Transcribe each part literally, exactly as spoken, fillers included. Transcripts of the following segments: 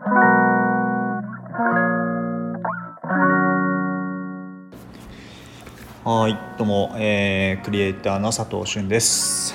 はい、どうも、えー、クリエイターの佐藤俊です。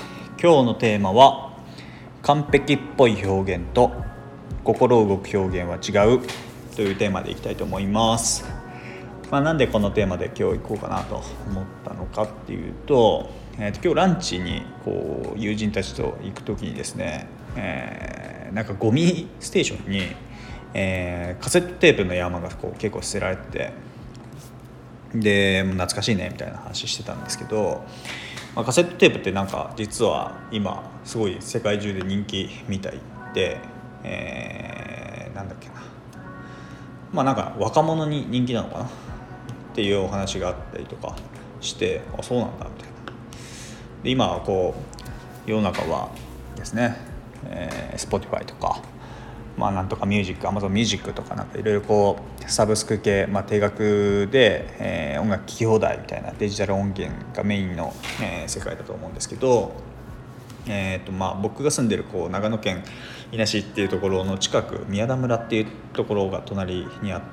今日のテーマは完璧っぽい表現と心動く表現は違うというテーマでいきたいと思います。まあ、なんでこのテーマで今日行こうかなと思ったのかっていうと、えー、と今日ランチにこう友人たちと行く時にですね、えー、なんかゴミステーションに、えー、カセットテープの山がこう結構捨てられてて、で懐かしいねみたいな話してたんですけど、まあ、カセットテープってなんか実は今すごい世界中で人気みたいで、えー、なんだっけなまあなんか若者に人気なのかなっていうお話があったりとかして、あ、そうなんだみたいな。で今はこう世の中はですね、えー、Spotify とかまあ、なんとかミュージック、Amazon ミュージックとかなんかいろいろこうサブスク系、まあ、定額で、えー、音楽聴き放題みたいなデジタル音源がメインの、えー、世界だと思うんですけど、えーとまあ、僕が住んでるこう長野県伊那市っていうところの近く宮田村っていうところが隣にあって、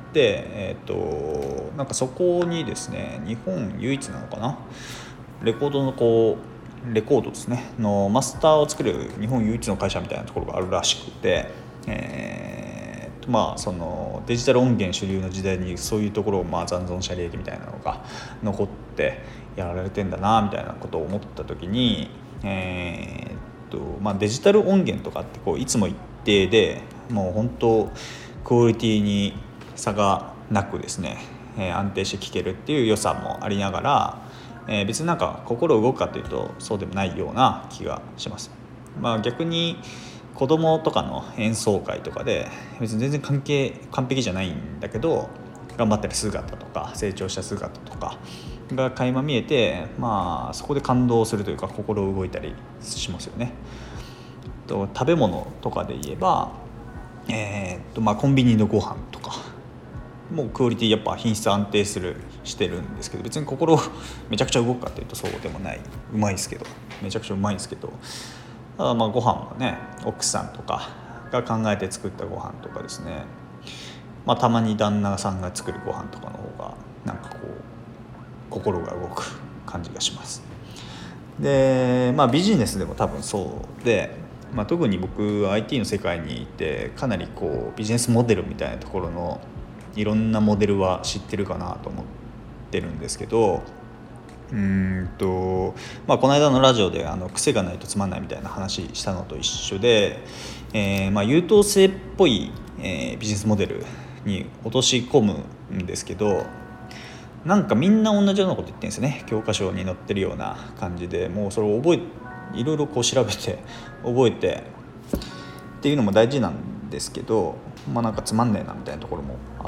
えーとなんかそこにですね日本唯一なのかなレコードのこうレコードですねのマスターを作る日本唯一の会社みたいなところがあるらしくて、えー、まあそのデジタル音源主流の時代にそういうところをまあ残存者利益みたいなのが残ってやられてんだなみたいなことを思った時に、えーとまあ、デジタル音源とかってこういつも一定でもう本当クオリティに差がなくですね、えー、安定して聴けるっていう良さもありながら、えー、別になんか心動くかというとそうでもないような気がします。まあ、逆に子供とかの演奏会とかで別に全然関係完璧じゃないんだけど頑張ってる姿とか成長した姿とかが垣間見えて、まあそこで感動するというか心動いたりしますよね。と食べ物とかで言えば、えーっとまあ、コンビニのご飯とかもうクオリティやっぱ品質安定するしてるんですけど、別に心めちゃくちゃ動くかっていうとそうでもない。うまいですけどめちゃくちゃうまいんですけど、ただまあご飯もね奥さんとかが考えて作ったご飯とかですね、まあ、たまに旦那さんが作るご飯とかの方がなんかこう心が動く感じがします。で、まあ、ビジネスでも多分そうで、まあ、特に僕 アイティー の世界にいてかなりこうビジネスモデルみたいなところのいろんなモデルは知ってるかなと思ってるんですけど、うーんとまあ、この間のラジオであの癖がないとつまんないみたいな話したのと一緒で、えーまあ、優等生っぽい、えー、ビジネスモデルに落とし込むんですけど、なんかみんな同じようなこと言ってるんですよね。教科書に載ってるような感じで、もうそれを覚えいろいろこう調べて覚えてっていうのも大事なんですけど、まあ、なんかつまんねえなみたいなところもあって、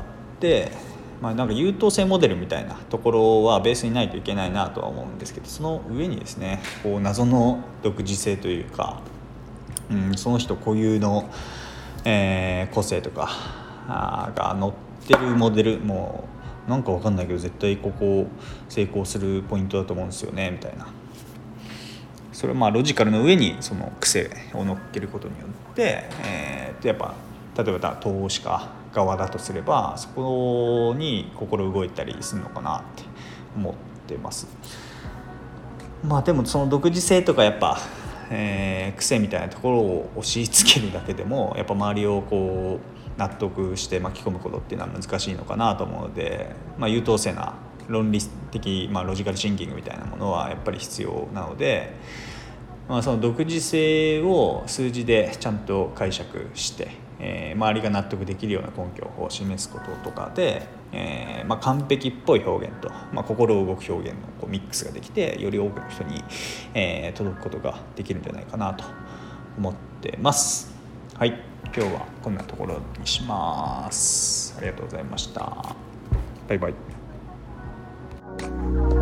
まあ、なんか優等生モデルみたいなところはベースにないといけないなとは思うんですけど、その上にですねこう謎の独自性というか、うん、その人固有の、えー、個性とかが乗ってるモデルもなんか分かんないけど絶対ここ成功するポイントだと思うんですよねみたいな。それはまあロジカルの上にその癖を乗っけることによって、えー、やっぱ例えば投資家側だとすればそこに心動いたりするのかなって思ってます。まあでもその独自性とかやっぱ、えー、癖みたいなところを押し付けるだけでもやっぱ周りをこう納得して巻き込むことっていうのは難しいのかなと思うので、まあ、優等生な論理的、まあ、ロジカルシンキングみたいなものはやっぱり必要なので、まあ、その独自性を数字でちゃんと解釈して、えー、周りが納得できるような根拠を示すこととかで、えーまあ、完璧っぽい表現と、まあ、心動く表現のこうミックスができてより多くの人に、えー、届くことができるんじゃないかなと思ってます。はい、今日はこんなところにします。ありがとうございました。バイバイ。